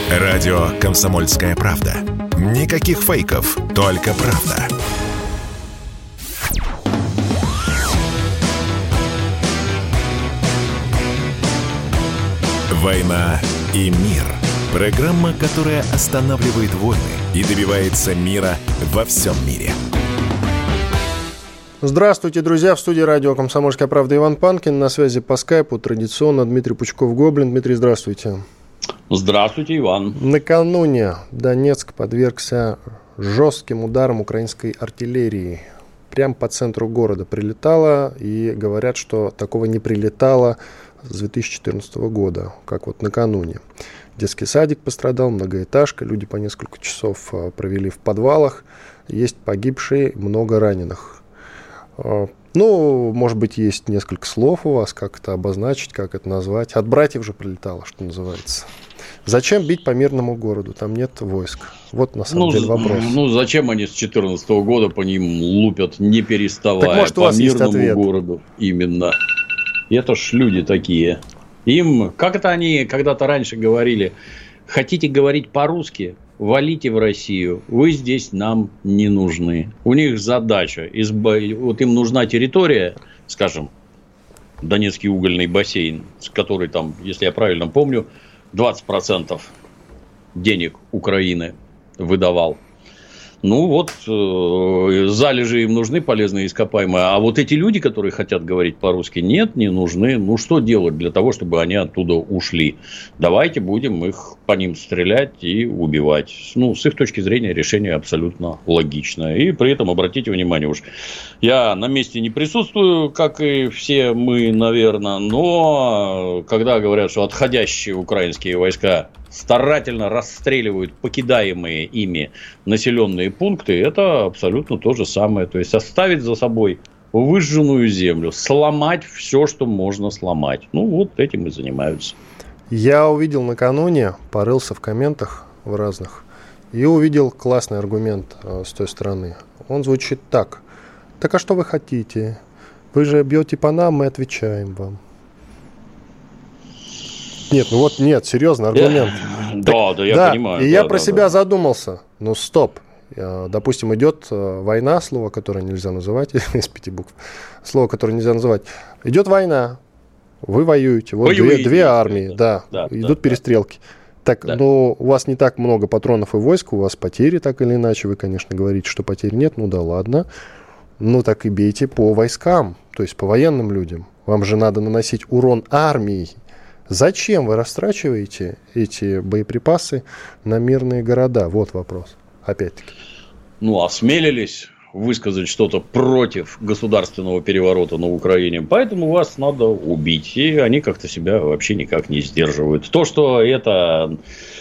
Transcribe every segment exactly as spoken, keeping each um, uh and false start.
Радио «Комсомольская правда». Никаких фейков, только правда. «Война и мир». Программа, которая останавливает войны и добивается мира во всем мире. Здравствуйте, друзья. В студии радио «Комсомольская правда» Иван Панкин. На связи по скайпу традиционно Дмитрий Пучков-Гоблин. Дмитрий, здравствуйте. Здравствуйте, Иван. Накануне Донецк подвергся жестким ударам украинской артиллерии. Прямо по центру города прилетало, и говорят, что такого не прилетало с две тысячи четырнадцатого года, как вот накануне. Детский садик пострадал, многоэтажка, люди по несколько часов провели в подвалах. Есть погибшие, много раненых. Ну, может быть, есть несколько слов у вас, как это обозначить, как это назвать. От братьев же прилетало, что называется. Зачем бить по мирному городу? Там нет войск. Вот на самом ну, деле вопрос. Ну, зачем они с две тысячи четырнадцатого года по ним лупят, не переставая, так, может, по мирному городу? Именно. И это ж люди такие. Им, как это они когда-то раньше говорили, хотите говорить по-русски, валите в Россию, вы здесь нам не нужны. У них задача, изба... вот им нужна территория, скажем, Донецкий угольный бассейн, который там, если я правильно помню, двадцать процентов денег Украины выдавал. Ну, вот, э, залежи им нужны, полезные ископаемые. А вот эти люди, которые хотят говорить по-русски, нет, не нужны. Ну, что делать для того, чтобы они оттуда ушли? Давайте будем их по ним стрелять и убивать. Ну, с их точки зрения, решение абсолютно логичное. И при этом, обратите внимание, уж я на месте не присутствую, как и все мы, наверное. Но когда говорят, что отходящие украинские войска старательно расстреливают покидаемые ими населенные пункты, это абсолютно то же самое. То есть оставить за собой выжженную землю, сломать все, что можно сломать. Ну, вот этим и занимаются. Я увидел накануне, порылся в комментах в разных, и увидел классный аргумент э, с той стороны. Он звучит так. Так а что вы хотите? Вы же бьете по нам, мы отвечаем вам. Нет, ну вот нет, серьезно, аргумент. Да, так, да, я да, понимаю. И да, я да, про да, себя да. задумался. Ну, стоп. Допустим, идет война, слово, которое нельзя называть, из пяти букв. Слово, которое нельзя называть. Идет война. Вы воюете. Вот две, две армии, да, да, да идут да, перестрелки. Так, да. Но у вас не так много патронов и войск, у вас потери так или иначе. Вы, конечно, говорите, что потерь нет. Ну да ладно. Ну так и бейте по войскам, то есть по военным людям. Вам же надо наносить урон армии. Зачем вы растрачиваете эти боеприпасы на мирные города? Вот вопрос. Опять-таки. Ну, осмелились высказать что-то против государственного переворота на Украине. Поэтому вас надо убить. И они как-то себя вообще никак не сдерживают. То, что это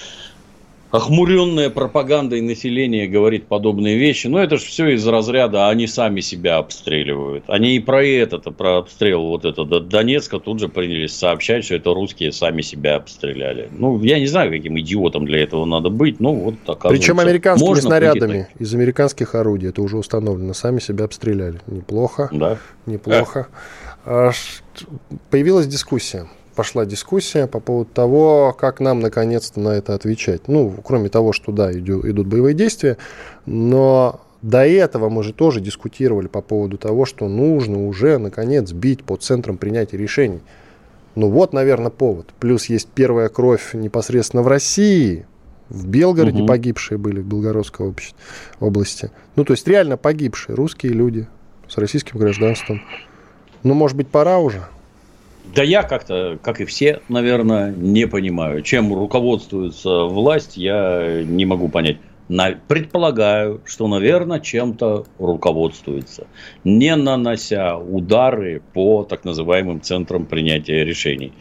охмуренная пропагандой населения говорит подобные вещи, но это же все из разряда, они сами себя обстреливают. Они и про это, про обстрел вот этого Донецка тут же принялись сообщать, что это русские сами себя обстреляли. Ну, я не знаю, каким идиотом для этого надо быть, но вот оказывается. Причем американскими снарядами из американских орудий, это уже установлено, сами себя обстреляли. Неплохо, да. неплохо. Да. Появилась дискуссия. Пошла дискуссия по поводу того, как нам наконец-то на это отвечать. Ну, кроме того, что да, идут боевые действия, но до этого мы же тоже дискутировали по поводу того, что нужно уже наконец бить по центрам принятия решений. Ну вот, наверное, повод. Плюс есть первая кровь непосредственно в России, в Белгороде угу. погибшие были, в Белгородской области. Ну, то есть реально погибшие русские люди с российским гражданством. Ну, может быть, пора уже? Да я как-то, как и все, наверное, не понимаю. Чем руководствуется власть, я не могу понять. Предполагаю, что, наверное, чем-то руководствуется, не нанося удары по так называемым центрам принятия решений.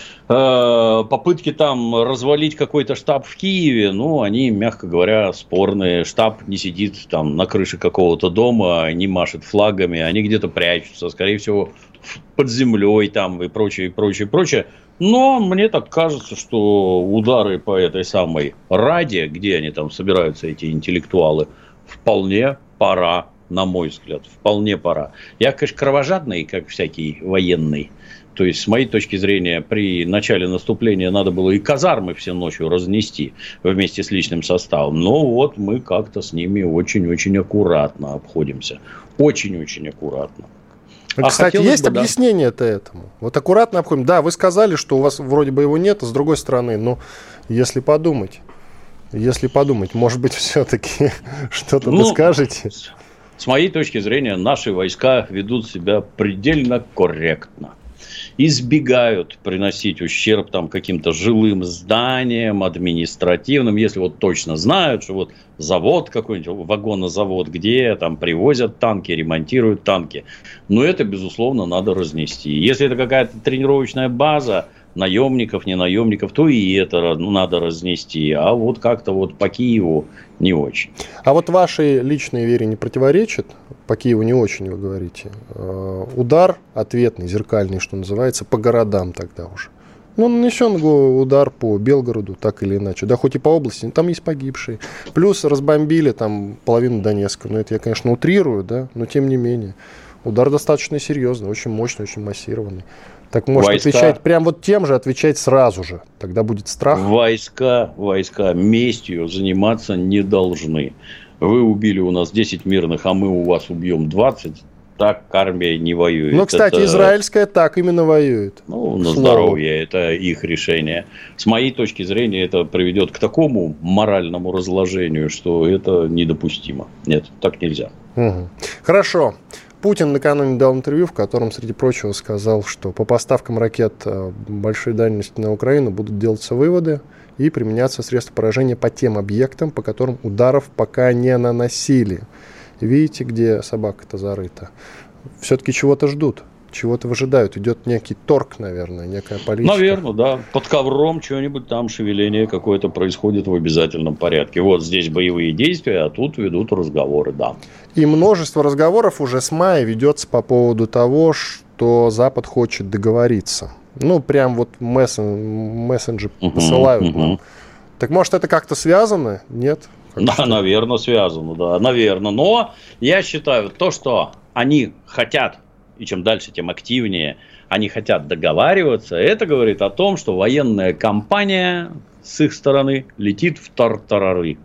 Попытки там развалить какой-то штаб в Киеве, ну, они, мягко говоря, спорные. Штаб не сидит там на крыше какого-то дома, не машет флагами, они где-то прячутся, скорее всего, под землей там и прочее, и прочее, и прочее. Но мне так кажется, что удары по этой самой Раде, где они там собираются, эти интеллектуалы, вполне пора, на мой взгляд, вполне пора. Я, конечно, кровожадный, как всякий военный, То есть, с моей точки зрения, при начале наступления надо было и казармы все ночью разнести вместе с личным составом. Но вот мы как-то с ними очень-очень аккуратно обходимся. Очень-очень аккуратно. А, Кстати, есть бы, объяснение-то да. этому. Вот аккуратно обходим. Да, вы сказали, что у вас вроде бы его нет, а с другой стороны, ну, если подумать, если подумать, может быть, все-таки что-то ну, вы скажете? С моей точки зрения, наши войска ведут себя предельно корректно. Избегают приносить ущерб там, каким-то жилым зданиям, административным, если вот точно знают, что вот завод какой-нибудь, вагонозавод, где там привозят танки, ремонтируют танки. Но это, безусловно, надо разнести. Если это какая-то тренировочная база, наемников, не наемников, то и это ну, надо разнести. А вот как-то вот по Киеву не очень. А вот вашей личной вере не противоречит? По Киеву не очень, вы говорите. Удар ответный, зеркальный, что называется, по городам тогда уже. Ну, нанесен удар по Белгороду, так или иначе. Да, хоть и по области, там есть погибшие. Плюс разбомбили там половину Донецка. Ну, это я, конечно, утрирую, да, но тем не менее. Удар достаточно серьезный, очень мощный, очень массированный. Так может войска, отвечать прям вот тем же, отвечать сразу же. Тогда будет страх. Войска, войска местью заниматься не должны. Вы убили у нас десять мирных, а мы у вас убьем двадцать. Так армия не воюет. Ну, кстати, это... израильская так именно воюет. Ну, на здоровье, это их решение. С моей точки зрения, это приведет к такому моральному разложению, что это недопустимо. Нет, так нельзя. Угу. Хорошо. Путин накануне дал интервью, в котором, среди прочего, сказал, что по поставкам ракет большой дальности на Украину будут делаться выводы и применяться средства поражения по тем объектам, по которым ударов пока не наносили. Видите, где собака-то зарыта? Все-таки чего-то ждут, чего-то выжидают. Идет некий торг, наверное, некая политика. Наверное, да. Под ковром что-нибудь там, шевеление какое-то происходит в обязательном порядке. Вот здесь боевые действия, а тут ведут разговоры, да. И множество разговоров уже с мая ведется по поводу того, что Запад хочет договориться. Ну, прям вот мессен... мессенджи uh-huh, посылают uh-huh. нам. Так может, это как-то связано? Нет? Да, что? Наверное, связано, да, наверное. Но я считаю, то, что они хотят, и чем дальше, тем активнее, они хотят договариваться, это говорит о том, что военная кампания с их стороны летит в тартарары.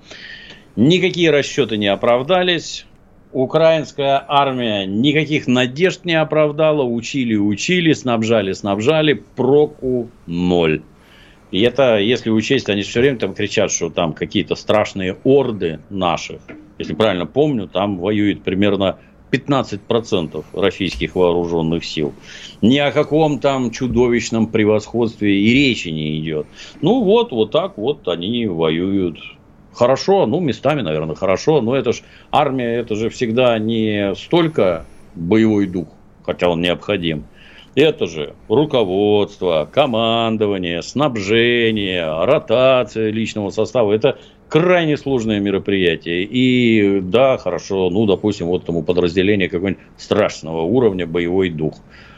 Никакие расчеты не оправдались. Украинская армия никаких надежд не оправдала. Учили, учили, снабжали, снабжали. Проку ноль. И это, если учесть, они все время там кричат, что там какие-то страшные орды наших. Если правильно помню, там воюет примерно пятнадцать процентов российских вооруженных сил. Ни о каком там чудовищном превосходстве и речи не идет. Ну вот, вот так вот они воюют. Хорошо, ну местами, наверное, хорошо. Но это ж армия, это же всегда не столько боевой дух, хотя он необходим. Это же руководство, командование, снабжение, ротация личного состава. Это крайне сложное мероприятие. И да, хорошо, ну, допустим, вот тому подразделение какого-нибудь страшного уровня боевой дух.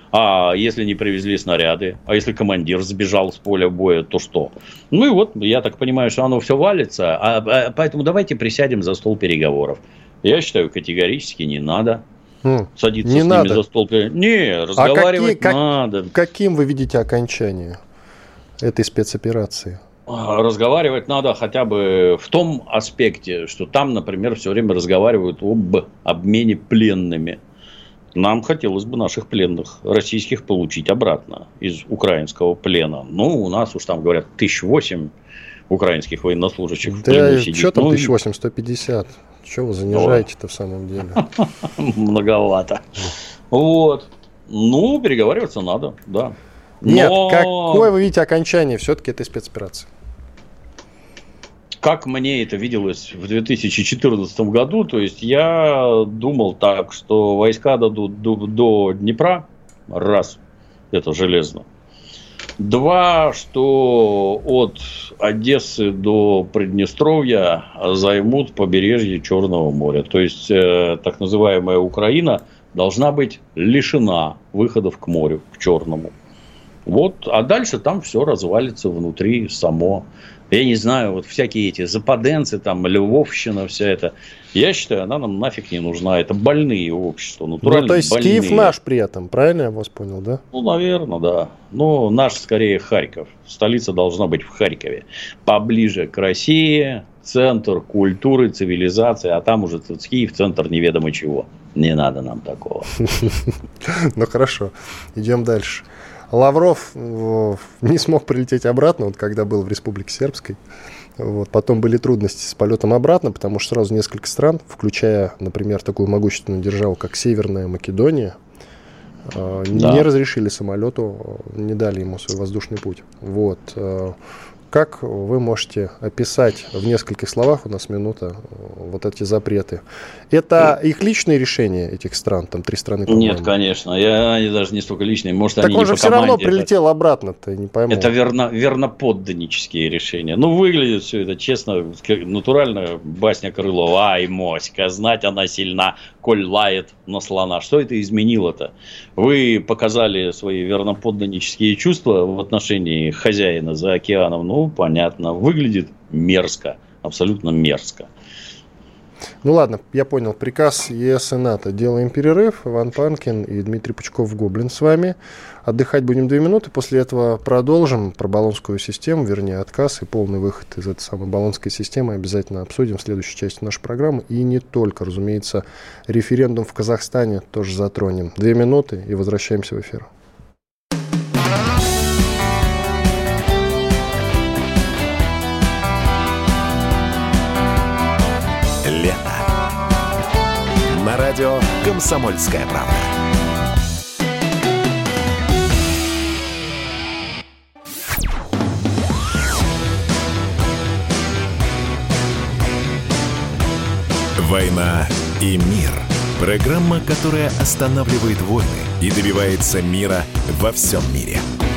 А если не привезли снаряды, а если командир сбежал с поля боя, то что? Ну и вот, я так понимаю, что оно все валится. А, а, поэтому давайте присядем за стол переговоров. Я считаю, категорически не надо. Садиться не с надо. ними за стол. Не, разговаривать а какие, надо. Как, каким вы видите окончание этой спецоперации? Разговаривать надо хотя бы в том аспекте, что там, например, все время разговаривают об обмене пленными. Нам хотелось бы наших пленных российских получить обратно из украинского плена. Ну, у нас уж там говорят тысяча восемь украинских военнослужащих в плену сидит. Да, что там тысяча восемь, сто пятьдесят? Чего вы занижаете-то в самом деле? Многовато. Вот. Ну, переговариваться надо, да. Нет, какое вы видите окончание все-таки этой спецоперации? Как мне это виделось в две тысячи четырнадцатом году, то есть я думал так, что войска дадут до, до Днепра, раз, это железно. Два, что от Одессы до Приднестровья займут побережье Черного моря. То есть, э, так называемая Украина должна быть лишена выходов к морю, к Черному. Вот. А дальше там все развалится внутри само. Я не знаю, вот всякие эти западенцы, там, Львовщина, вся эта. Я считаю, она нам нафиг не нужна. Это больные общества, натурально ну, то есть больные. Киев наш при этом, правильно я вас понял, да? Ну, наверное, да. Но наш скорее Харьков. Столица должна быть в Харькове. Поближе к России, центр культуры, цивилизации, а там уже Киев, центр неведомо чего. Не надо нам такого. Ну, хорошо. Идем дальше. Лавров не смог прилететь обратно, вот когда был в Республике Сербской. Вот. Потом были трудности с полетом обратно, потому что сразу несколько стран, включая, например, такую могущественную державу, как Северная Македония, да. не разрешили самолету, не дали ему свой воздушный путь. Вот. Как вы можете описать в нескольких словах, у нас минута, вот эти запреты? Это их личные решения, этих стран, там три страны, по-моему? Нет, конечно, я, они даже не столько личные, может, так они он же не по все команде, равно прилетел это... обратно-то, не пойму. Это верно, верноподданнические решения. Ну, выглядит все это, честно, натурально басня Крылова. Ай, моська, знать она сильна, коль лает на слона. Что это изменило-то? Вы показали свои верноподданнические чувства в отношении хозяина за океаном, ну, понятно, выглядит мерзко, абсолютно мерзко. Ну ладно, я понял. Приказ ЕС и НАТО. Делаем перерыв. Иван Панкин и Дмитрий Пучков-Гоблин с вами. Отдыхать будем две минуты. После этого продолжим про Болонскую систему, вернее, отказ и полный выход из этой самой Болонской системы. Обязательно обсудим в следующей части нашей программы. И не только, разумеется, референдум в Казахстане тоже затронем. Две минуты и возвращаемся в эфир. На радио «Комсомольская правда». «Война и мир». Программа, которая останавливает войны и добивается мира во всем мире.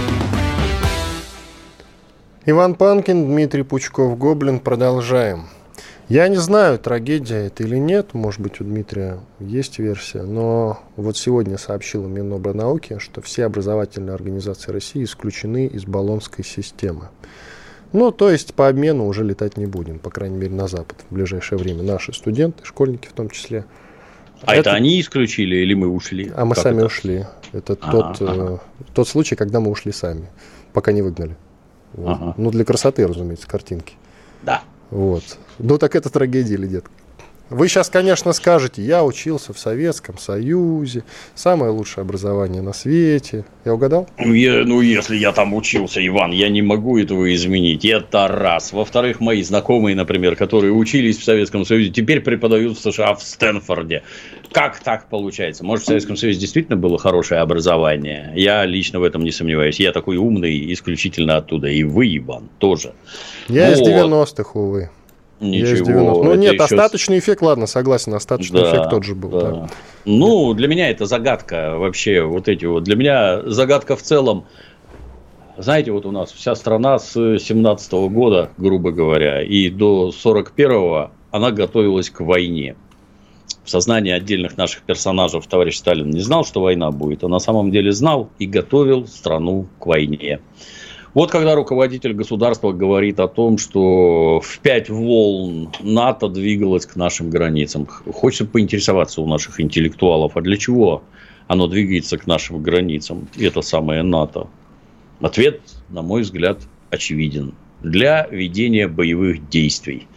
Иван Панкин, Дмитрий Пучков-Гоблин. Продолжаем. Я не знаю, трагедия это или нет, может быть, у Дмитрия есть версия, но вот сегодня сообщила Минобрнауки, что все образовательные организации России исключены из Болонской системы. Ну, то есть по обмену уже летать не будем, по крайней мере, на Запад в ближайшее время. Наши студенты, школьники в том числе. А это, это они исключили или мы ушли? А мы как сами это? ушли. Это ага, тот, ага. Э, тот случай, когда мы ушли сами, пока не выгнали. Вот. Ага. Ну, для красоты, разумеется, картинки. Да. Вот. Ну, так это трагедия или нет? Вы сейчас, конечно, скажете, я учился в Советском Союзе, самое лучшее образование на свете. Я угадал? Я, ну, если я там учился, Иван, я не могу этого изменить. Это раз. Во-вторых, мои знакомые, например, которые учились в Советском Союзе, теперь преподают в США в Стэнфорде. Как так получается? Может, в Советском Союзе действительно было хорошее образование? Я лично в этом не сомневаюсь. Я такой умный исключительно оттуда. И вы, Иван, тоже. Я вот. Из девяностых, увы. Ничего. Ну нет, еще... остаточный эффект, ладно, согласен, остаточный да, эффект тот же был. Да. Да. Ну, для меня это загадка вообще, вот эти вот. Для меня загадка в целом. Знаете, вот у нас вся страна с семнадцатого года, грубо говоря, и до сорок первого она готовилась к войне. В сознании отдельных наших персонажей товарищ Сталин не знал, что война будет, а на самом деле знал и готовил страну к войне. Вот когда руководитель государства говорит о том, что в пять волн НАТО двигалось к нашим границам, хочется поинтересоваться у наших интеллектуалов, а для чего оно двигается к нашим границам, это самое НАТО? Ответ, на мой взгляд, очевиден. Для ведения боевых действий.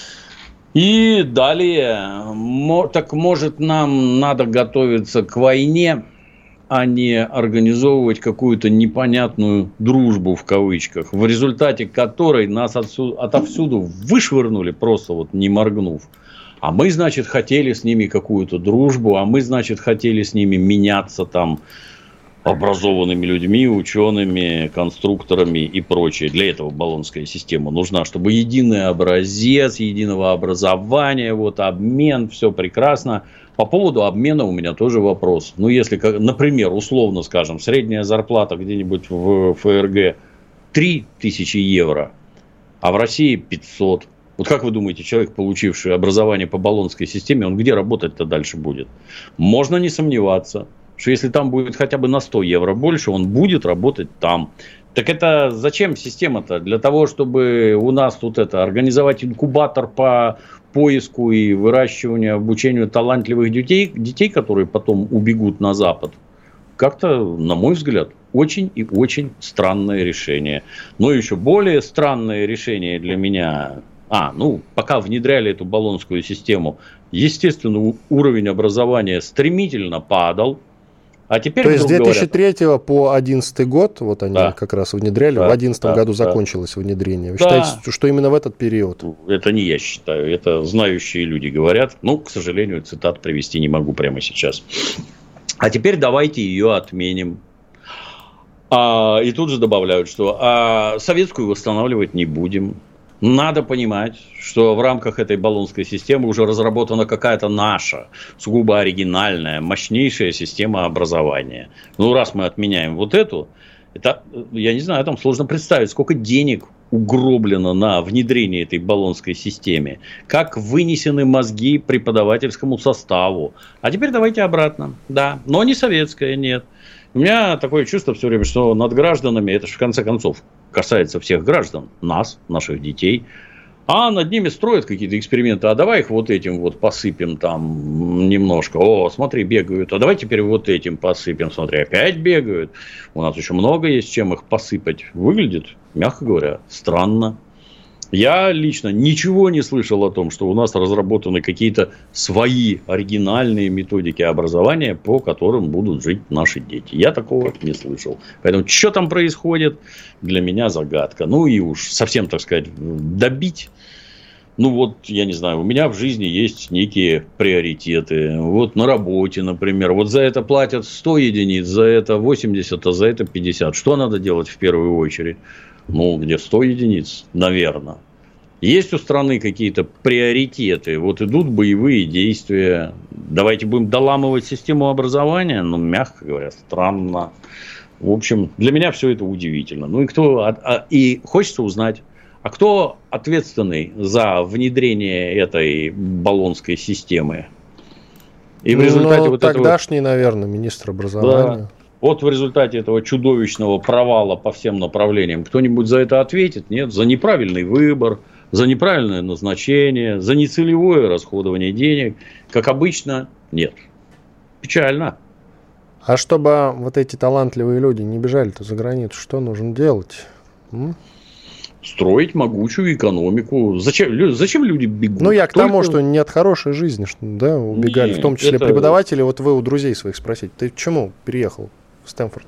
И далее, так может нам надо готовиться к войне, а не организовывать какую-то непонятную дружбу, в кавычках, в результате которой нас отсюда, отовсюду вышвырнули, просто вот не моргнув. А мы, значит, хотели с ними какую-то дружбу, а мы, значит, хотели с ними меняться там образованными людьми, учеными, конструкторами и прочее. Для этого Болонская система нужна, чтобы единый образец единого образования, вот обмен, все прекрасно. По поводу обмена у меня тоже вопрос. Ну, если, например, условно скажем, средняя зарплата где-нибудь в ФРГ три тысячи евро, а в России пятьсот. Вот как вы думаете, человек, получивший образование по Болонской системе, он где работать-то дальше будет? Можно не сомневаться, что если там будет хотя бы на сто евро больше, он будет работать там. Так это зачем система-то? Для того, чтобы у нас тут это организовать инкубатор по поиску и выращиванию, обучению талантливых детей, детей, которые потом убегут на Запад. Как-то, на мой взгляд, очень и очень странное решение. Но еще более странное решение для меня... А, ну, пока внедряли эту болонскую систему, естественно, уровень образования стремительно падал. А теперь То есть с две тысячи третьего говорят, по одиннадцатый год, вот они да. как раз внедряли, да, в две тысячи одиннадцатом да, году да. закончилось внедрение. Вы да. считаете, что именно в этот период? Это не я считаю, это знающие люди говорят. Ну, к сожалению, цитат привести не могу прямо сейчас. А теперь давайте ее отменим. А, и тут же добавляют, что а, советскую восстанавливать не будем. Надо понимать, что в рамках этой болонской системы уже разработана какая-то наша, сугубо оригинальная, мощнейшая система образования. Ну, раз мы отменяем вот эту, это, я не знаю, там сложно представить, сколько денег угроблено на внедрение этой болонской системы, как вынесены мозги преподавательскому составу. А теперь давайте обратно. Да, но не советская, нет. У меня такое чувство все время, что над гражданами, это же в конце концов касается всех граждан, нас, наших детей, а над ними строят какие-то эксперименты, а давай их вот этим вот посыпем там немножко, о, смотри, бегают, а давай теперь вот этим посыпем, смотри, опять бегают, у нас еще много есть чем их посыпать, выглядит, мягко говоря, странно. Я лично ничего не слышал о том, что у нас разработаны какие-то свои оригинальные методики образования, по которым будут жить наши дети. Я такого не слышал. Поэтому, что там происходит, для меня загадка. Ну, и уж совсем, так сказать, добить. Ну, вот, я не знаю, у меня в жизни есть некие приоритеты. Вот на работе, например. Вот за это платят сто единиц, за это восемьдесят, а за это пятьдесят. Что надо делать в первую очередь? Ну, где сто единиц, наверное. Есть у страны какие-то приоритеты. Вот идут боевые действия. Давайте будем доламывать систему образования. Ну, мягко говоря, странно. В общем, для меня все это удивительно. Ну, и кто... А, а, и хочется узнать, а кто ответственный за внедрение этой болонской системы? И в результате ну, вот тогдашний, этого... наверное, министр образования. Да. Вот в результате этого чудовищного провала по всем направлениям кто-нибудь за это ответит? Нет, за неправильный выбор, за неправильное назначение, за нецелевое расходование денег. Как обычно, нет. Печально. А чтобы вот эти талантливые люди не бежали-то за границу, что нужно делать? М? Строить могучую экономику. Зачем, зачем люди бегут? Ну, я к Только... тому, что не от хорошей жизни, что, да, убегали. Нет, в том числе это... преподаватели. Вот вы у друзей своих спросите, ты почему переехал в Стэнфорд?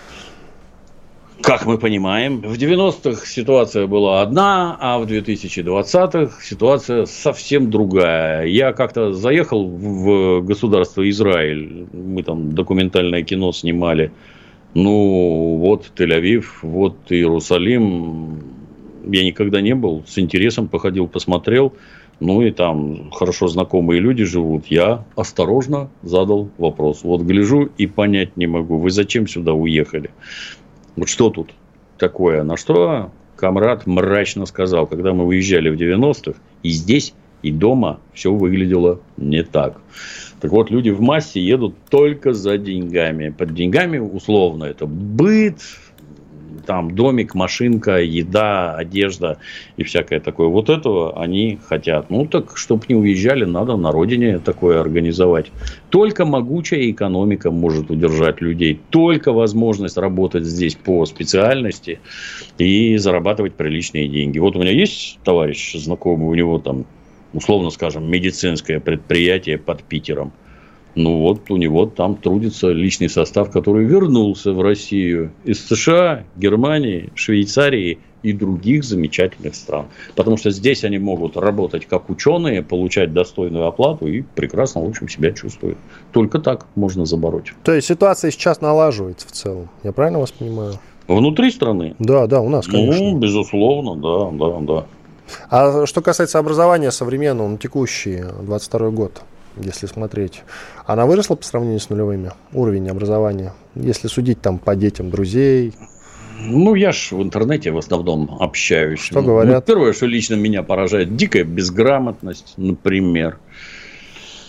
Как мы понимаем, в девяностых ситуация была одна, а в две тысячи двадцатых ситуация совсем другая. Я как-то заехал в государство Израиль, мы там документальное кино снимали. Ну, вот Тель-Авив, вот Иерусалим. Я никогда не был, с интересом походил, посмотрел. Ну, и там хорошо знакомые люди живут. Я осторожно задал вопрос. Вот гляжу и понять не могу. Вы зачем сюда уехали? Вот что тут такое? На что комрад мрачно сказал, когда мы выезжали в девяностых, и здесь, и дома все выглядело не так. Так вот, люди в массе едут только за деньгами. Под деньгами, условно, это быт, там домик, машинка, еда, одежда и всякое такое. Вот этого они хотят. Ну, так, чтобы не уезжали, надо на родине такое организовать. Только могучая экономика может удержать людей. Только возможность работать здесь по специальности и зарабатывать приличные деньги. Вот у меня есть товарищ знакомый, у него там, условно скажем, медицинское предприятие под Питером. Ну, вот у него там трудится личный состав, который вернулся в Россию из США, Германии, Швейцарии и других замечательных стран. Потому что здесь они могут работать как ученые, получать достойную оплату и прекрасно, в общем, себя чувствуют. Только так можно забороть. То есть ситуация сейчас налаживается в целом. Я правильно вас понимаю? Внутри страны? Да, да, у нас, конечно. Ну, безусловно, да, да, да. А что касается образования современного, на текущий двадцать второй год, если смотреть, она выросла по сравнению с нулевыми? Уровень образования, если судить там по детям друзей? Ну, я ж в интернете в основном общаюсь. Что говорят? Ну, первое, что лично меня поражает, дикая безграмотность, например.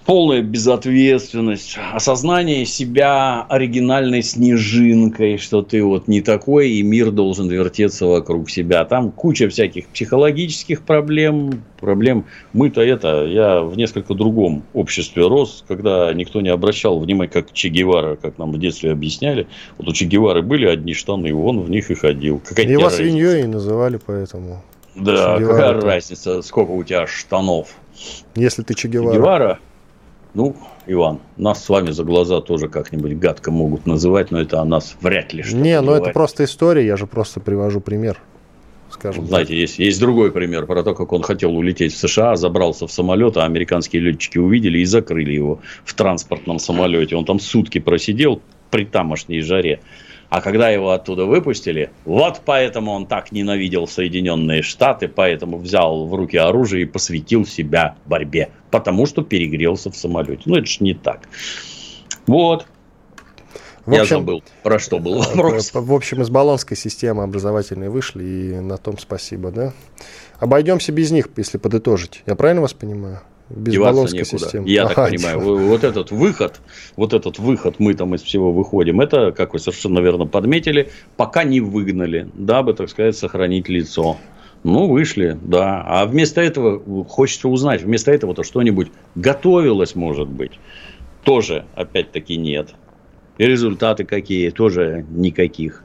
полная безответственность, осознание себя оригинальной снежинкой, что ты вот не такой, и мир должен вертеться вокруг себя. Там куча всяких психологических проблем, проблем. Мы-то это, я в несколько другом обществе рос, когда никто не обращал внимания, как Че Гевара, как нам в детстве объясняли. Вот у Че Гевары были одни штаны, и он в них и ходил. Какая его свиньей и называли поэтому. Да, какая разница, сколько у тебя штанов. Если ты Че Гевара. Че Гевара. Ну, Иван, нас с вами за глаза тоже как-нибудь гадко могут называть, но это о нас вряд ли что-то Не, ну говорит. это просто история, я же просто привожу пример. Скажем Знаете, так. Есть, есть другой пример про то, как он хотел улететь в США, забрался в самолет, а американские летчики увидели и закрыли его в транспортном самолете. Он там сутки просидел при тамошней жаре. А когда его оттуда выпустили, вот поэтому он так ненавидел Соединенные Штаты, поэтому взял в руки оружие и посвятил себя борьбе, потому что перегрелся в самолете. Ну, это ж не так. Вот. В общем, я забыл, про что был вопрос. В общем, из Болонской системы образовательной вышли, и на том спасибо, да? Обойдемся без них, если подытожить. Я правильно вас понимаю? Без Болонской системы. Я ага, так понимаю, вот этот выход, вот этот выход, мы там из всего выходим, это, как вы совершенно верно подметили, пока не выгнали, дабы, так сказать, сохранить лицо. Ну, вышли, да. А вместо этого, хочется узнать, вместо этого-то что-нибудь готовилось, может быть. Тоже, опять-таки, нет. И результаты какие? Тоже никаких.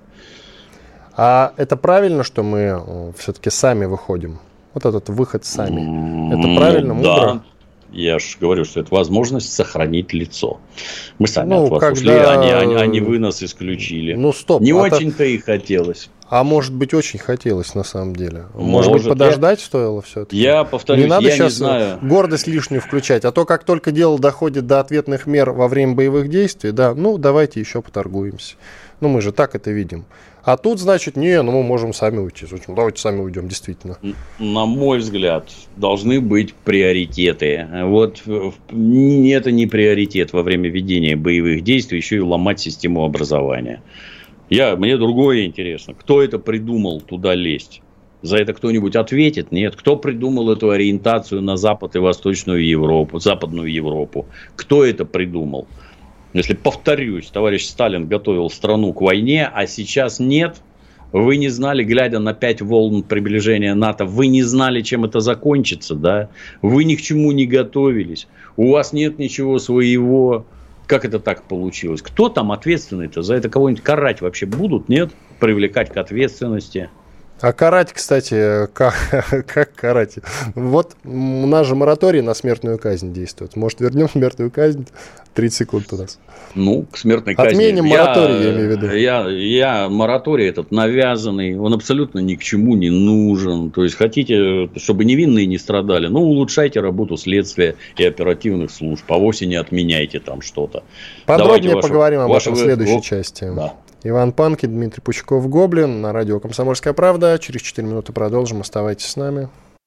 А это правильно, что мы все-таки сами выходим? Вот этот выход сами. Это правильно, ну, мудро? Да. Я же говорю, что это возможность сохранить лицо. Мы сами ну, от вас когда... ушли, они, они, они вы нас исключили. Ну, стоп. Не а очень-то так... и хотелось. А может быть, очень хотелось на самом деле. Может, может быть, подождать я... стоило все-таки? Я повторюсь, не надо я сейчас не знаю. гордость лишнюю включать. А то, как только дело доходит до ответных мер во время боевых действий, да, ну, давайте еще поторгуемся. Ну, мы же так это видим. А тут, значит, не, ну мы можем сами уйти. Давайте сами уйдем, действительно. На мой взгляд, должны быть приоритеты. Вот это не приоритет во время ведения боевых действий, еще и ломать систему образования. Я, мне другое интересно. Кто это придумал туда лезть? За это кто-нибудь ответит? Нет. Кто придумал эту ориентацию на Запад и Восточную Европу, Западную Европу? Кто это придумал? Если, повторюсь, товарищ Сталин готовил страну к войне, а сейчас нет, вы не знали, глядя на пять волн приближения НАТО, вы не знали, чем это закончится, да? Вы ни к чему не готовились, у вас нет ничего своего. Как это так получилось? Кто там ответственный-то? За это кого-нибудь карать вообще будут, нет? Привлекать к ответственности? А карать, кстати, как, как карать? Вот у нас же мораторий на смертную казнь действует. Может, вернем смертную казнь? тридцать секунд у нас. Ну, к смертной казни. Отменим мораторий, я, я имею в виду. Я, я, мораторий этот навязанный, он абсолютно ни к чему не нужен. То есть, хотите, чтобы невинные не страдали, ну, улучшайте работу следствия и оперативных служб. А вовсе не отменяйте там что-то. Подробнее вашу, поговорим об вашу, этом в следующей вы... части. Да. Иван Панкин, Дмитрий Пучков, Гоблин. На радио «Комсомольская правда». Через четыре минуты продолжим. Оставайтесь с нами.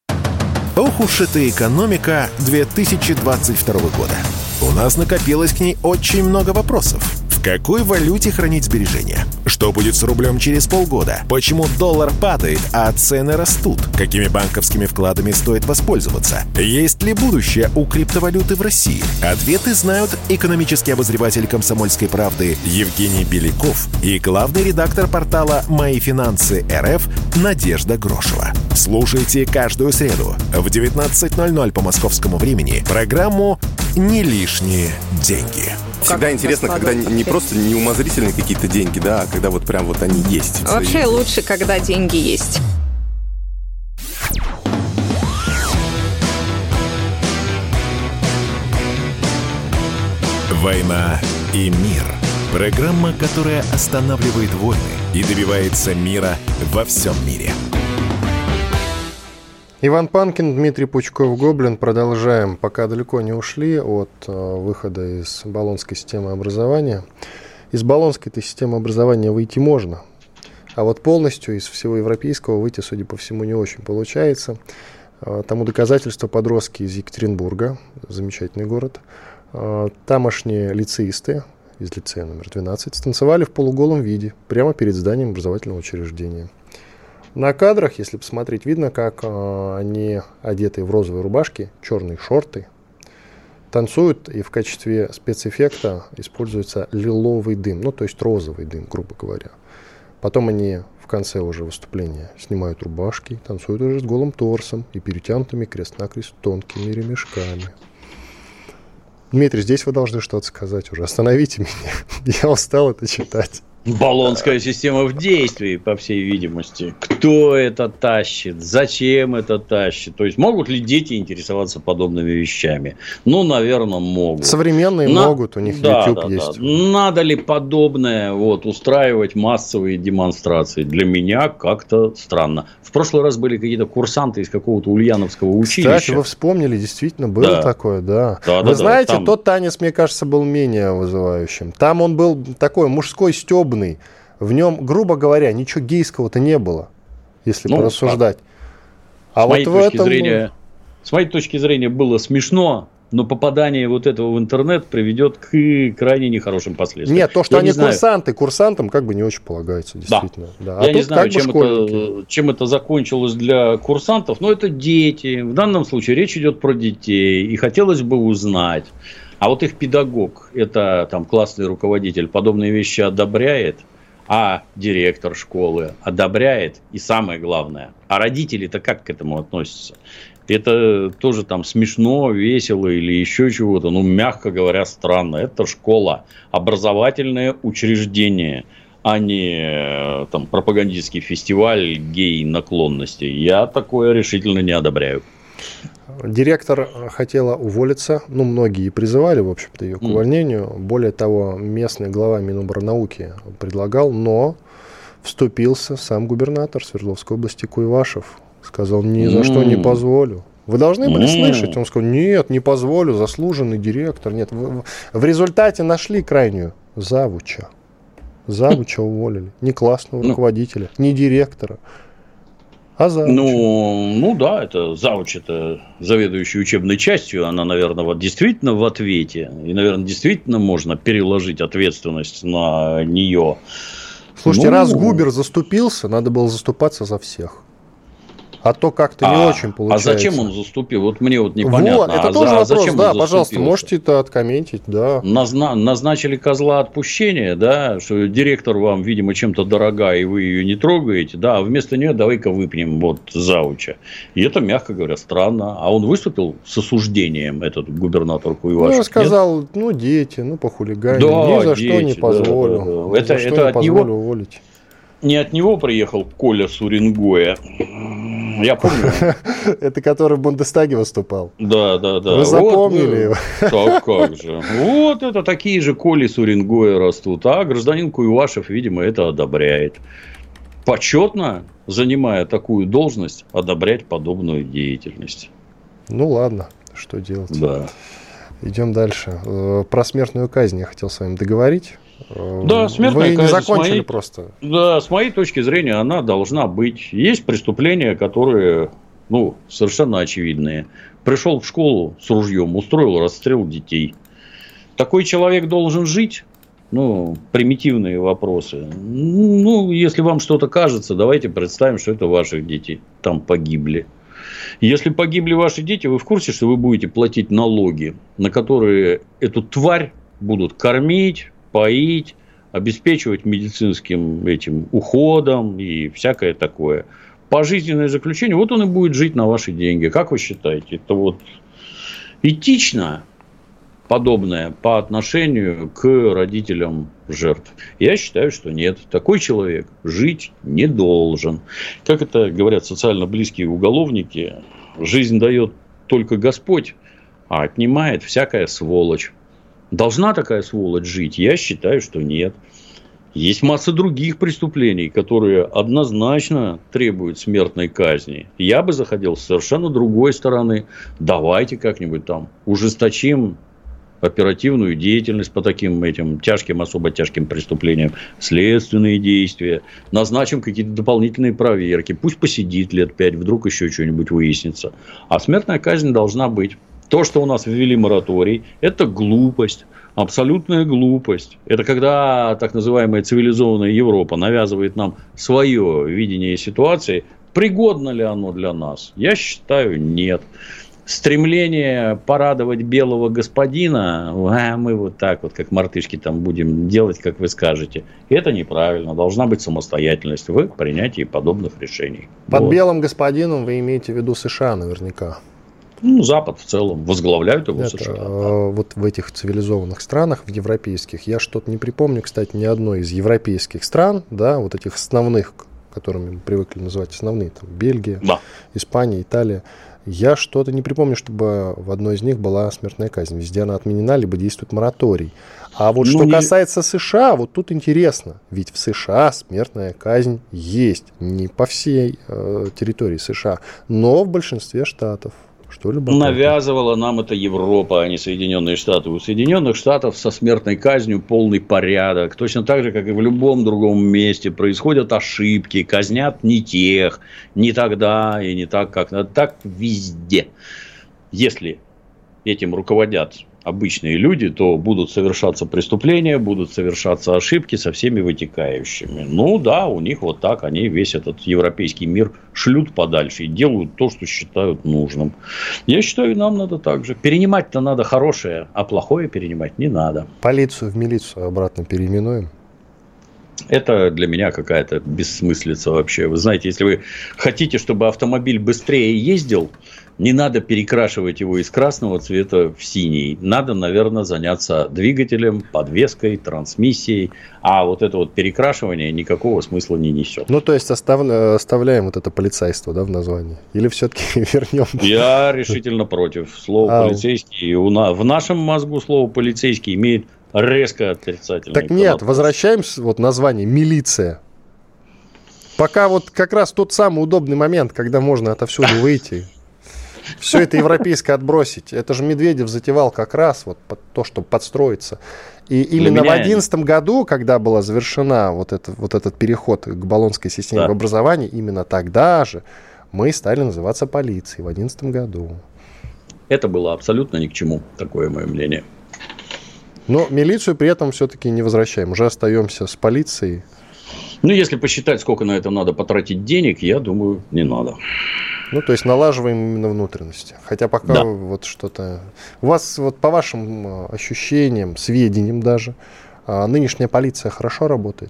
Ох уж эта экономика две тысячи двадцать второго года. У нас накопилось к ней очень много вопросов. В какой валюте хранить сбережения? Что будет с рублем через полгода? Почему доллар падает, а цены растут? Какими банковскими вкладами стоит воспользоваться? Есть ли будущее у криптовалюты в России? Ответы знают экономический обозреватель «Комсомольской правды» Евгений Беляков и главный редактор портала «Мои финансы РФ» Надежда Грошева. Слушайте каждую среду в девятнадцать ноль ноль по московскому времени программу «Не лишние деньги». Всегда как интересно, когда не просто неумозрительные какие-то деньги, да, а когда вот прям вот они есть. Вообще лучше, когда деньги есть. «Война и мир». Программа, которая останавливает войны и добивается мира во всем мире. Иван Панкин, Дмитрий Пучков, Гоблин. Продолжаем, пока далеко не ушли от э, выхода из Болонской системы образования. Из Болонской-то системы образования выйти можно, а вот полностью из всего европейского выйти, судя по всему, не очень получается. Э, тому доказательство подростки из Екатеринбурга, замечательный город. Э, тамошние лицеисты из лицея номер двенадцать станцевали в полуголом виде прямо перед зданием образовательного учреждения. На кадрах, если посмотреть, видно, как э, они одеты в розовые рубашки, черные шорты, танцуют, и в качестве спецэффекта используется лиловый дым, ну, то есть розовый дым, грубо говоря. Потом они в конце уже выступления снимают рубашки, танцуют уже с голым торсом и перетянутыми крест-накрест тонкими ремешками. Дмитрий, здесь вы должны что-то сказать уже. Остановите меня. Я устал это читать. Болонская система в действии, по всей видимости. Кто это тащит? Зачем это тащит? То есть, могут ли дети интересоваться подобными вещами? Ну, наверное, могут. Современные На... могут, у них да, YouTube да, есть. Да. Надо ли подобное вот, устраивать массовые демонстрации? Для меня как-то странно. В прошлый раз были какие-то курсанты из какого-то ульяновского училища. Кстати, вы вспомнили, действительно, было да. такое, да. да вы да, знаете, да, там... тот танец, мне кажется, был менее вызывающим. Там он был такой мужской, стёбный. В нем, грубо говоря, ничего гейского-то не было, если ну, порассуждать. А с, вот моей в точки этом... зрения, с моей точки зрения было смешно, но попадание вот этого в интернет приведет к крайне нехорошим последствиям. Нет, то, что Я они не знаю. курсанты, курсантам как бы не очень полагается, действительно. Да. Да. А Я не знаю, как чем это, чем это закончилось для курсантов, но это дети. В данном случае речь идет про детей, и хотелось бы узнать. А вот их педагог, это там классный руководитель, подобные вещи одобряет, а директор школы одобряет, и самое главное, а родители-то как к этому относятся? Это тоже там смешно, весело или еще чего-то, ну, мягко говоря, странно. Это школа, образовательное учреждение, а не там пропагандистский фестиваль гей-наклонностей. Я такое решительно не одобряю. Директор хотела уволиться, ну, многие призывали, в общем-то, ее к увольнению. Mm. Более того, местный глава Минобрнауки предлагал, но вступился сам губернатор Свердловской области Куйвашев. Сказал, ни за mm. что не позволю. Вы должны были mm. слышать. Он сказал, нет, не позволю, заслуженный директор. Нет. В, в результате нашли крайнюю завуча. Завуча уволили. Не классного руководителя, не директора. А завуч? Ну, ну да, это завуч, это заведующий учебной частью, она, наверное, вот действительно в ответе, и, наверное, действительно можно переложить ответственность на нее. Слушайте, ну... раз Губер заступился, надо было заступаться за всех. А то как-то не а, очень получается. А зачем он заступил? Вот мне вот непонятно. Вот, это а тоже за, вопрос, зачем да, пожалуйста, можете это откомментить, да. Назна- назначили козла отпущения, да, что директор вам, видимо, чем-то дорога, и вы ее не трогаете, да, а вместо нее давай-ка выпнем вот завуча. И это, мягко говоря, странно. А он выступил с осуждением, этот губернатор Куйвашев? Ну, сказал, нет? ну, дети, ну, похулиганили, да, ни за дети, что не позволю. Да, да, да. Ни Это, за что это не от позволю него... уволить. Не от него приехал Коля Сурингоя. Я помню. Это который в Бундестаге выступал. Да, да, да. Вы запомнили его? Так как же. Вот это такие же Коли Сурингоя растут. А гражданин Куйвашев, видимо, это одобряет. Почетно, занимая такую должность, одобрять подобную деятельность. Ну ладно, что делать. Да. Идем дальше. Про смертную казнь я хотел с вами договорить. Да, смертная Вы казнь. не закончили моей, просто. Да, с моей точки зрения, она должна быть. Есть преступления, которые, ну, совершенно очевидные. Пришел в школу с ружьем, устроил расстрел детей. Такой человек должен жить? Ну, примитивные вопросы. Ну, если вам что-то кажется, давайте представим, что это ваши дети там погибли. Если погибли ваши дети, вы в курсе, что вы будете платить налоги, на которые эту тварь будут кормить, поить, обеспечивать медицинским этим уходом и всякое такое. Пожизненное заключение, вот он и будет жить на ваши деньги. Как вы считаете, это вот этично подобное по отношению к родителям жертв? Я считаю, что нет. Такой человек жить не должен. Как это говорят социально близкие уголовники, жизнь дает только Господь, а отнимает всякая сволочь. Должна такая сволочь жить? Я считаю, что нет. Есть масса других преступлений, которые однозначно требуют смертной казни. Я бы заходил с совершенно другой стороны. Давайте как-нибудь там ужесточим оперативную деятельность по таким этим тяжким, особо тяжким преступлениям, следственные действия, назначим какие-то дополнительные проверки, пусть посидит лет пять, вдруг еще что-нибудь выяснится. А смертная казнь должна быть. То, что у нас ввели мораторий, это глупость, абсолютная глупость. Это когда так называемая цивилизованная Европа навязывает нам свое видение ситуации. Пригодно ли оно для нас? Я считаю, нет. стремление порадовать белого господина, а мы вот так вот, как мартышки, там будем делать, как вы скажете. Это неправильно. Должна быть самостоятельность в принятии подобных решений. Под вот. Белым господином вы имеете в виду США наверняка. Ну, Запад в целом. Возглавляют его Это, США. Да. Вот в этих цивилизованных странах, в европейских, я что-то не припомню, кстати, ни одной из европейских стран, да, вот этих основных, которыми мы привыкли называть основные, там, Бельгия, да. Испания, Италия. Я что-то не припомню, чтобы в одной из них была смертная казнь. Везде она отменена, либо действует мораторий. А вот ну, что не... касается США, вот тут интересно. Ведь в США смертная казнь есть. Не по всей э, территории США, но в большинстве штатов. Что навязывала нам это Европа, а не Соединенные Штаты. У Соединенных Штатов со смертной казнью полный порядок. Точно так же, как и в любом другом месте. Происходят ошибки, казнят не тех, не тогда и не так, как надо. Так везде. Если этим руководят обычные люди, то будут совершаться преступления, будут совершаться ошибки со всеми вытекающими. Ну да, у них вот так, они весь этот европейский мир шлют подальше и делают то, что считают нужным. Я считаю, нам надо так же. Перенимать-то надо хорошее, а плохое перенимать не надо. Полицию в милицию обратно переименуем. Это для меня какая-то бессмыслица вообще. Вы знаете, если вы хотите, чтобы автомобиль быстрее ездил, не надо перекрашивать его из красного цвета в синий. Надо, наверное, заняться двигателем, подвеской, трансмиссией. А вот это вот перекрашивание никакого смысла не несет. Ну, то есть, остав... оставляем вот это полицейство, да, в названии? Или все-таки вернем? Я решительно против. Слово а... полицейский. В нашем мозгу слово полицейский имеет резко отрицательное. Так нет, возвращаемся вот название милиция. Пока вот как раз тот самый удобный момент, когда можно отовсюду выйти. Все это европейское отбросить. Это же Медведев затевал как раз вот под то, чтобы подстроиться. И именно в две тысячи одиннадцатом году, когда была завершена вот, это, вот этот переход к болонской системе да. в образовании, именно тогда же мы стали называться полицией в две тысячи одиннадцатом году. Это было абсолютно ни к чему, такое мое мнение. Но милицию при этом все-таки не возвращаем. Уже остаемся с полицией. Ну, если посчитать, сколько на это надо потратить денег, я думаю, не надо. Ну, то есть налаживаем именно внутренности. Хотя пока да. вот что-то... У вас вот по вашим ощущениям, сведениям даже, нынешняя полиция хорошо работает?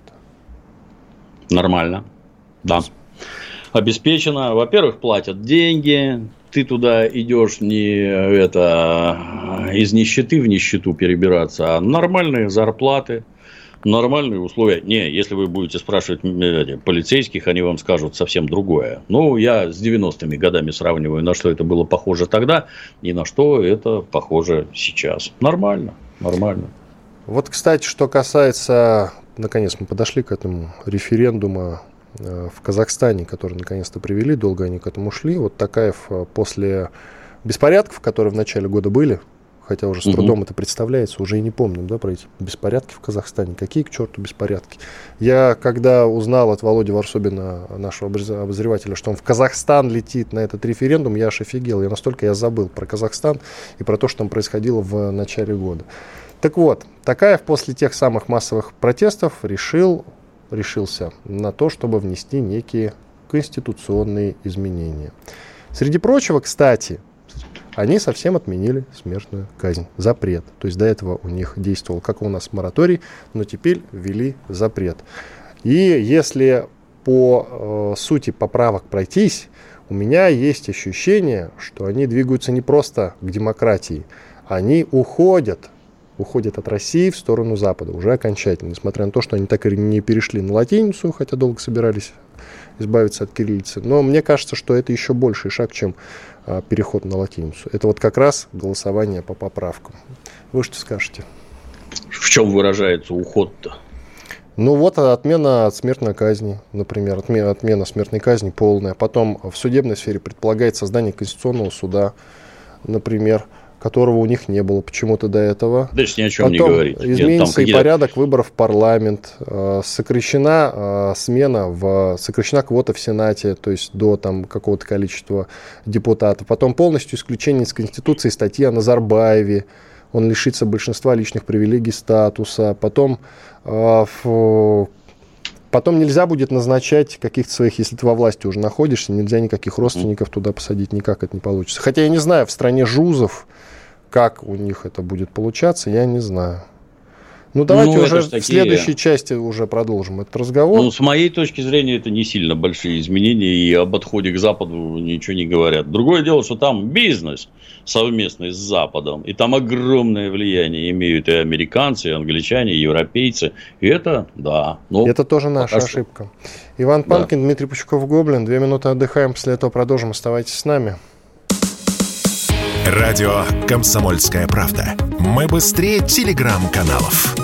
Нормально, да. Обеспечена. Во-первых, платят деньги. Ты туда идешь не это, из нищеты в нищету перебираться, а нормальные зарплаты. Нормальные условия. Не, если вы будете спрашивать полицейских, они вам скажут совсем другое. Ну, я с девяностыми годами сравниваю, на что это было похоже тогда и на что это похоже сейчас. Нормально, нормально. Вот, кстати, что касается, наконец мы подошли к этому референдуму в Казахстане, который наконец-то привели, долго они к этому шли. Вот Токаев после беспорядков, которые в начале года были, хотя уже с трудом угу. это представляется, уже и не помним, да, про эти беспорядки в Казахстане. Какие к черту беспорядки? Я, когда узнал от Володи Варсобина, нашего обозревателя, что он в Казахстан летит на этот референдум, я аж офигел. Я настолько я забыл про Казахстан и про то, что там происходило в начале года. Так вот, Токаев после тех самых массовых протестов решил, решился на то, чтобы внести некие конституционные изменения. Среди прочего, кстати, они совсем отменили смертную казнь, запрет. То есть до этого у них действовал, как у нас, мораторий, но теперь ввели запрет. И если по э, сути поправок пройтись, у меня есть ощущение, что они двигаются не просто к демократии, они уходят, уходят от России в сторону Запада уже окончательно, несмотря на то, что они так и не перешли на латиницу, хотя долго собирались избавиться от кириллицы. Но мне кажется, что это еще больший шаг, чем а, переход на латиницу. Это вот как раз голосование по поправкам. Вы что скажете? В чем выражается уход-то? Ну вот отмена от смертной казни, например, отмена, отмена смертной казни полная. Потом в судебной сфере предполагается создание Конституционного суда, например, которого у них не было почему-то до этого. Дальше ни о чем Потом не говорить. изменится Нет, и порядок выборов в парламент, сокращена смена, в, сокращена квота в Сенате, то есть до там, какого-то количества депутатов. Потом полностью исключение из Конституции статьи о Назарбаеве. Он лишится большинства личных привилегий, статуса. Потом Потом нельзя будет назначать каких-то своих, если ты во власти уже находишься, нельзя никаких родственников туда посадить, никак это не получится. Хотя я не знаю, в стране жузов, как у них это будет получаться, я не знаю. Ну, давайте ну, уже в такие... следующей части уже продолжим этот разговор. Ну, с моей точки зрения, это не сильно большие изменения, и об отходе к Западу ничего не говорят. Другое дело, что там бизнес совместный с Западом, и там огромное влияние имеют и американцы, и англичане, и европейцы. И это, да. Ну, это тоже наша пока... ошибка. Иван Панкин, да. Дмитрий Пучков-Гоблин. Две минуты отдыхаем, после этого продолжим. Оставайтесь с нами. Радио «Комсомольская правда». Мы быстрее телеграм-каналов.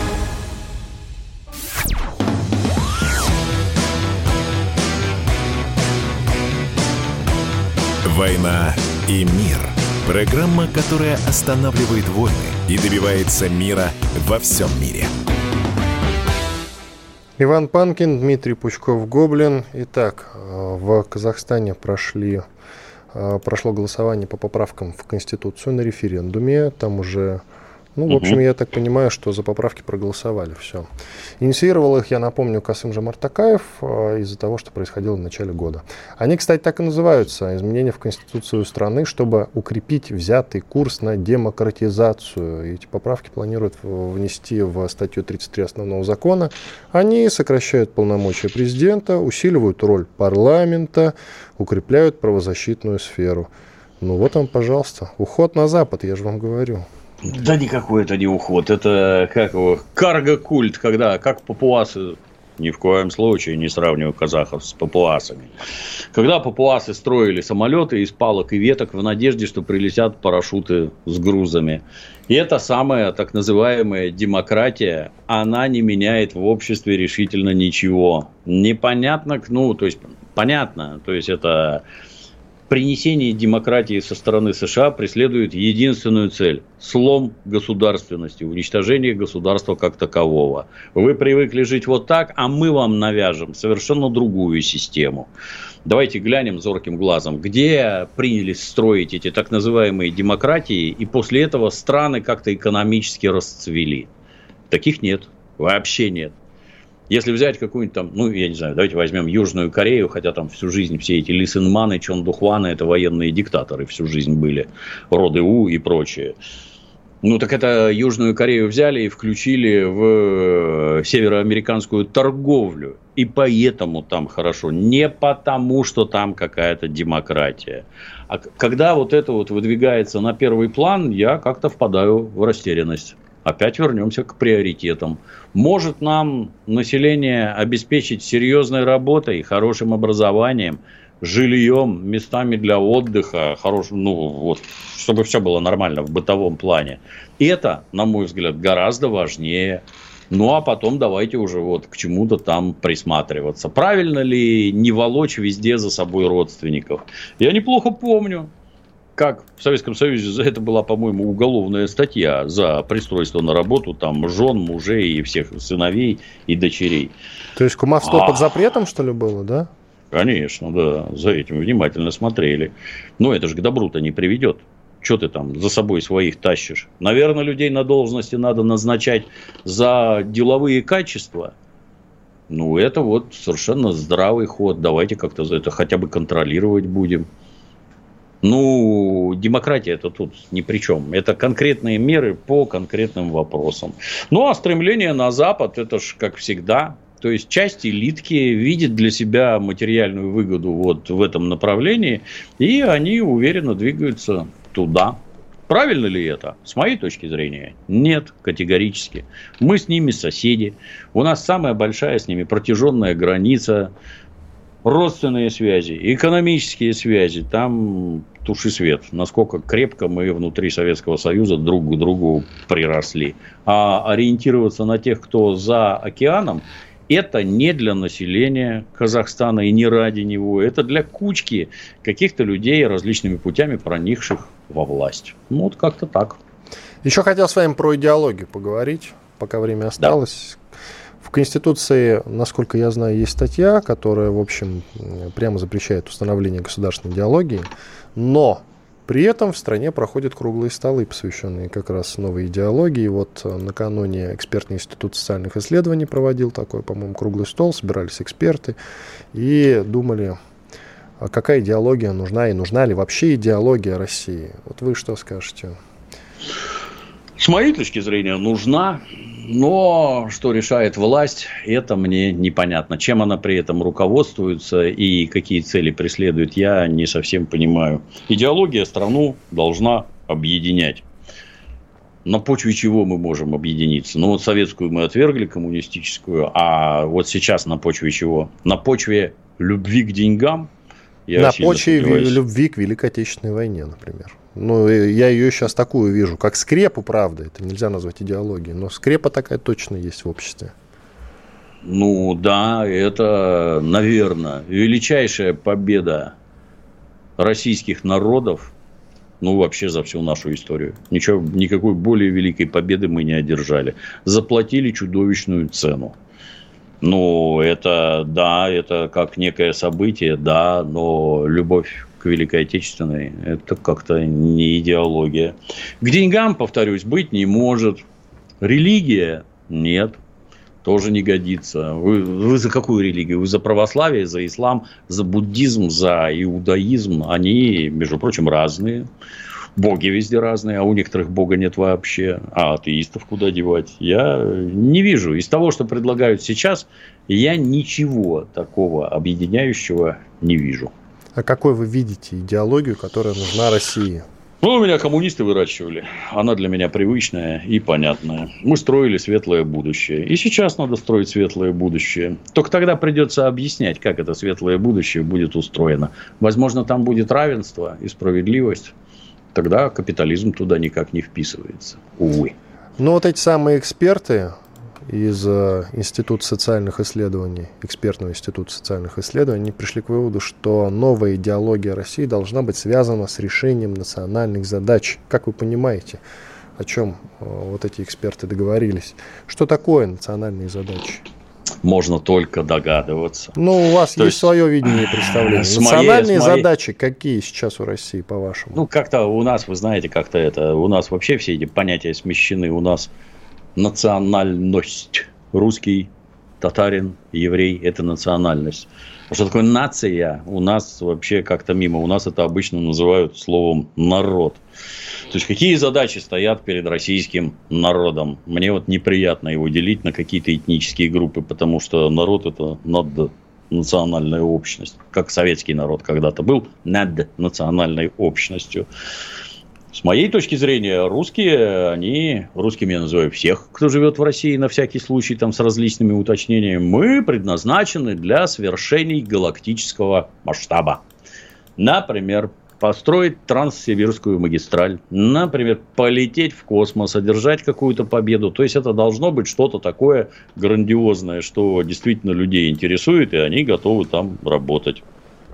«Война и мир». Программа, которая останавливает войны и добивается мира во всем мире. Иван Панкин, Дмитрий Пучков-Гоблин. Итак, в Казахстане прошли... Прошло голосование по поправкам в Конституцию на референдуме. Там уже, ну, в общем, я так понимаю, что за поправки проголосовали. Все. Инициировал их, я напомню, Касым-Жомарт Токаев из-за того, что происходило в начале года. Они, кстати, так и называются. Изменения в Конституцию страны, чтобы укрепить взятый курс на демократизацию. И эти поправки планируют внести в статью тридцать три основного закона. Они сокращают полномочия президента, усиливают роль парламента, укрепляют правозащитную сферу. Ну вот вам, пожалуйста, уход на Запад, я же вам говорю. Да никакой это не уход, это как его, карго-культ, когда, как папуасы, ни в коем случае не сравниваю казахов с папуасами. Когда папуасы строили самолеты из палок и веток в надежде, что прилетят парашюты с грузами. И эта самая так называемая демократия, она не меняет в обществе решительно ничего. Непонятно, ну, то есть, понятно, то есть, это... Принесение демократии со стороны США преследует единственную цель – слом государственности, уничтожение государства как такового. Вы привыкли жить вот так, а мы вам навяжем совершенно другую систему. Давайте глянем зорким глазом, где принялись строить эти так называемые демократии, и после этого страны как-то экономически расцвели. Таких нет, вообще нет. Если взять какую-нибудь там, ну, я не знаю, давайте возьмем Южную Корею, хотя там всю жизнь все эти Ли Син Маны, Чон Духваны, это военные диктаторы всю жизнь были, роды У и прочее. Ну, так это Южную Корею взяли и включили в североамериканскую торговлю. И поэтому там хорошо. Не потому, что там какая-то демократия. А когда вот это вот выдвигается на первый план, я как-то впадаю в растерянность. Опять вернемся к приоритетам. Может нам население обеспечить серьезной работой, хорошим образованием, жильем, местами для отдыха, хорошим, ну, вот, чтобы все было нормально в бытовом плане. Это, на мой взгляд, гораздо важнее. Ну, а потом давайте уже вот к чему-то там присматриваться. Правильно ли не волочь везде за собой родственников? Я неплохо помню, как в Советском Союзе за это была, по-моему, уголовная статья за пристройство на работу там жен, мужей и всех сыновей и дочерей. То есть кумовство а... под запретом, что ли, было, да? Конечно, да. За этим внимательно смотрели. Но это же к добру-то не приведет. Что ты там за собой своих тащишь? Наверное, людей на должности надо назначать за деловые качества. Ну, это вот совершенно здравый ход. Давайте как-то за это хотя бы контролировать будем. Ну, демократия это тут ни при чем. Это конкретные меры по конкретным вопросам. Ну, а стремление на Запад, это ж как всегда. То есть, часть элитки видит для себя материальную выгоду вот в этом направлении. И они уверенно двигаются туда. Правильно ли это? С моей точки зрения, нет, категорически. Мы с ними соседи. У нас самая большая с ними протяженная граница. Родственные связи, экономические связи, там туши свет. Насколько крепко мы внутри Советского Союза друг к другу приросли. А ориентироваться на тех, кто за океаном, это не для населения Казахстана и не ради него. Это для кучки каких-то людей, различными путями проникших во власть. Ну, вот как-то так. Еще хотел с вами про идеологию поговорить, пока время осталось. Да. В Конституции, насколько я знаю, есть статья, которая, в общем, прямо запрещает установление государственной идеологии. Но При этом в стране проходят круглые столы, посвященные как раз новой идеологии. Вот накануне экспертный институт социальных исследований проводил такой, по-моему, круглый стол, собирались эксперты и думали, какая идеология нужна и нужна ли вообще идеология России. Вот вы что скажете? С моей точки зрения, нужна, но что решает власть, это мне непонятно. Чем она при этом руководствуется и какие цели преследует, я не совсем понимаю. Идеология страну должна объединять. На почве чего мы можем объединиться? Ну, вот советскую мы отвергли, коммунистическую, а вот сейчас на почве чего? На почве любви к деньгам? Я на почве любви к Великой Отечественной войне, например. Ну, я ее сейчас такую вижу, как скрепу, правда, это нельзя назвать идеологией, но скрепа такая точно есть в обществе. Ну, да, это, наверное, величайшая победа российских народов, ну, вообще за всю нашу историю. Ничего, никакой более великой победы мы не одержали. Заплатили чудовищную цену. Ну, это, да, это как некое событие, да, но любовь к Великой Отечественной – это как-то не идеология. К деньгам, повторюсь, быть не может. Религия – нет, тоже не годится. Вы, вы за какую религию? Вы за православие, за ислам, за буддизм, за иудаизм? Они, между прочим, разные. Боги везде разные, а у некоторых бога нет вообще. А атеистов куда девать? Я не вижу. Из того, что предлагают сейчас, я ничего такого объединяющего не вижу. А какой вы видите идеологию, которая нужна России? Ну, меня коммунисты выращивали. Она для меня привычная и понятная. Мы строили светлое будущее. И сейчас надо строить светлое будущее. Только тогда придется объяснять, как это светлое будущее будет устроено. Возможно, там будет равенство и справедливость. Тогда капитализм туда никак не вписывается. Увы. Но вот эти самые эксперты из Института социальных исследований, экспертного института социальных исследований, они пришли к выводу, что новая идеология России должна быть связана с решением национальных задач. Как вы понимаете, о чем вот эти эксперты договорились? Что такое национальные задачи? Можно только догадываться. Ну, у вас То есть, есть свое видение и представление. С Национальные моей, задачи моей... какие сейчас у России, по-вашему? Ну, как-то у нас, вы знаете, как-то это... У нас вообще все эти понятия смещены. У нас национальность. Русский, татарин, еврей – это национальность. Что такое нация? У нас вообще как-то мимо. У нас это обычно называют словом «народ». То есть, какие задачи стоят перед российским народом? Мне вот неприятно его делить на какие-то этнические группы, потому что народ – это наднациональная общность. Как советский народ когда-то был наднациональной общностью. С моей точки зрения, русские, они, русскими я называю всех, кто живет в России, на всякий случай, там, с различными уточнениями, мы предназначены для свершений галактического масштаба. Например, построить транссибирскую магистраль, например, полететь в космос, одержать какую-то победу. То есть, это должно быть что-то такое грандиозное, что действительно людей интересует, и они готовы там работать.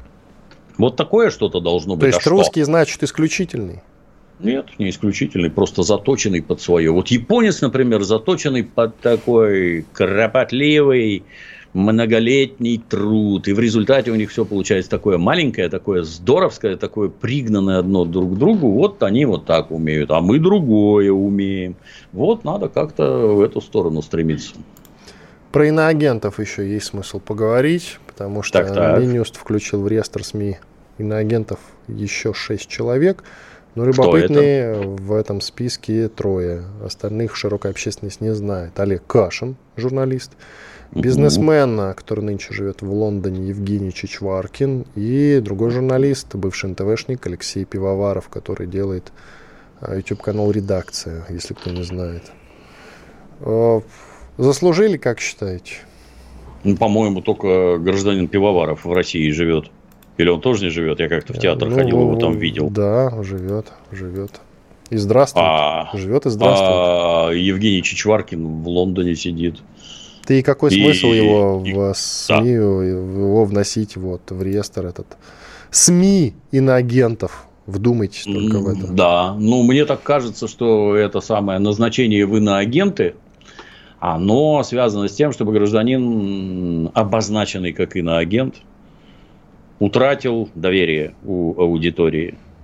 Вот такое что-то должно быть. То есть, а русский, что? Значит, исключительный? Нет, не исключительный, просто заточенный под свое. Вот японец, например, заточенный под такой кропотливый, многолетний труд. И в результате у них все получается такое маленькое, такое здоровское, такое пригнанное одно друг к другу. Вот они вот так умеют, а мы другое умеем. Вот надо как-то в эту сторону стремиться. Про иноагентов еще есть смысл поговорить, потому что Минюст включил в реестр СМИ иноагентов еще шесть человек. Но любопытные это? В этом списке трое. Остальных широкая общественность не знает. Олег Кашин, журналист. Бизнесмен, который нынче живет в Лондоне, Евгений Чичваркин. И другой журналист, бывший эн тэ вэ-шник Алексей Пивоваров, который делает YouTube-канал «Редакция», если кто не знает. Заслужили, как считаете? Ну, по-моему, только гражданин Пивоваров в России живет. Или он тоже не живет? Я как-то в театр ну, ходил, его там видел. Да, живет, живет. И здравствует. А, живет и здравствует. А Евгений Чичваркин в Лондоне сидит. Ты и какой и, смысл его и, в СМИ, да. его вносить вот в реестр этот? СМИ иноагентов. Вдумайтесь только в это. Да, ну мне так кажется, что это самое назначение в иноагенты, оно связано с тем, чтобы гражданин, обозначенный как иноагент, утратил доверие у аудитории.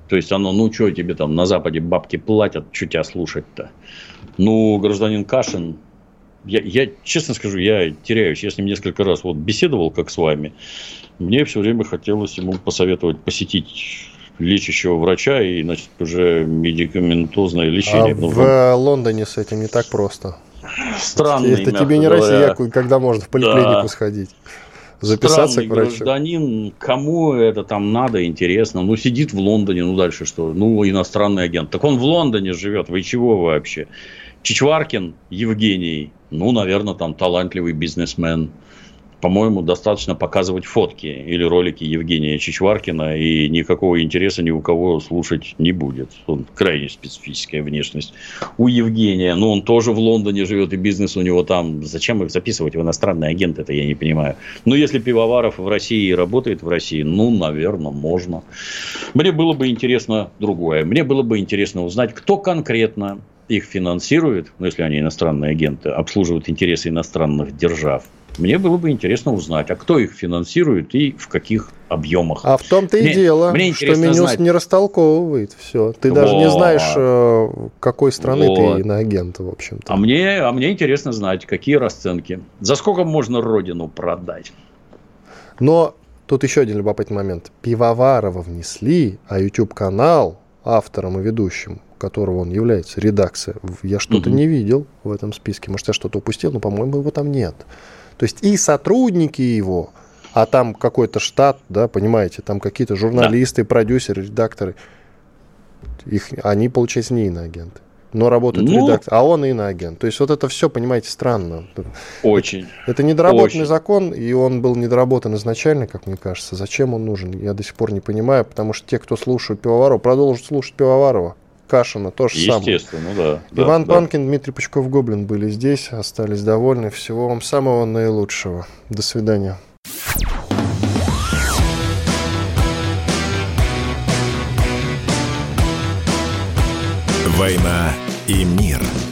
То есть оно, ну, что тебе там на Западе бабки платят, что тебя слушать-то? Ну, гражданин Кашин, я, я, честно скажу, я теряюсь. Я с ним несколько раз вот беседовал, как с вами. Мне все время хотелось ему посоветовать посетить лечащего врача и, значит, уже медикаментозное лечение. А в Лондоне с этим не так просто. Странно. Это тебе не Россия, когда можно в поликлинику да. сходить. Записаться Странный к врачу. Гражданин, кому это там надо, интересно. Ну, сидит в Лондоне, ну, дальше что? Ну, иностранный агент. Так он в Лондоне живет, вы чего вообще? Чичваркин Евгений, ну, наверное, там талантливый бизнесмен. По-моему, достаточно показывать фотки или ролики Евгения Чичваркина, и никакого интереса ни у кого слушать не будет. Он крайне специфическая внешность. У Евгения, ну, он тоже в Лондоне живет, и бизнес у него там. Зачем их записывать в иностранный агент, это я не понимаю. Но если Пивоваров в России работает в России, ну, наверное, можно. Мне было бы интересно другое. Мне было бы интересно узнать, кто конкретно их финансирует, ну, если они иностранные агенты, обслуживают интересы иностранных держав. Мне было бы интересно узнать, а кто их финансирует и в каких объемах. А в том-то и мне, дело, мне что Минюст знать. Не растолковывает все. Ты вот. Даже не знаешь, какой страны вот. Ты иноагент, в общем-то. А мне, а мне интересно знать, какие расценки. За сколько можно родину продать? Но тут еще один любопытный момент. Пивоварова внесли, а YouTube-канал автором и ведущим, которого он является, редакция, я что-то угу. не видел в этом списке. Может, я что-то упустил, но, по-моему, его там нет. То есть и сотрудники его, а там какой-то штат, да, понимаете, там какие-то журналисты, да. продюсеры, редакторы, их, они, получается, не иноагенты, но работают ну, в редакции, а он иноагент. То есть вот это все, понимаете, странно. Очень. Это, это недоработанный очень. Закон, и он был недоработан изначально, как мне кажется. Зачем он нужен, я до сих пор не понимаю, потому что те, кто слушают Пивоварова, продолжат слушать Пивоварова. Кашина, то же самое. Естественно, да. Иван да, Панкин, да. Дмитрий Пучков-Гоблин были здесь, остались довольны. Всего вам самого наилучшего. До свидания. «Война и мир».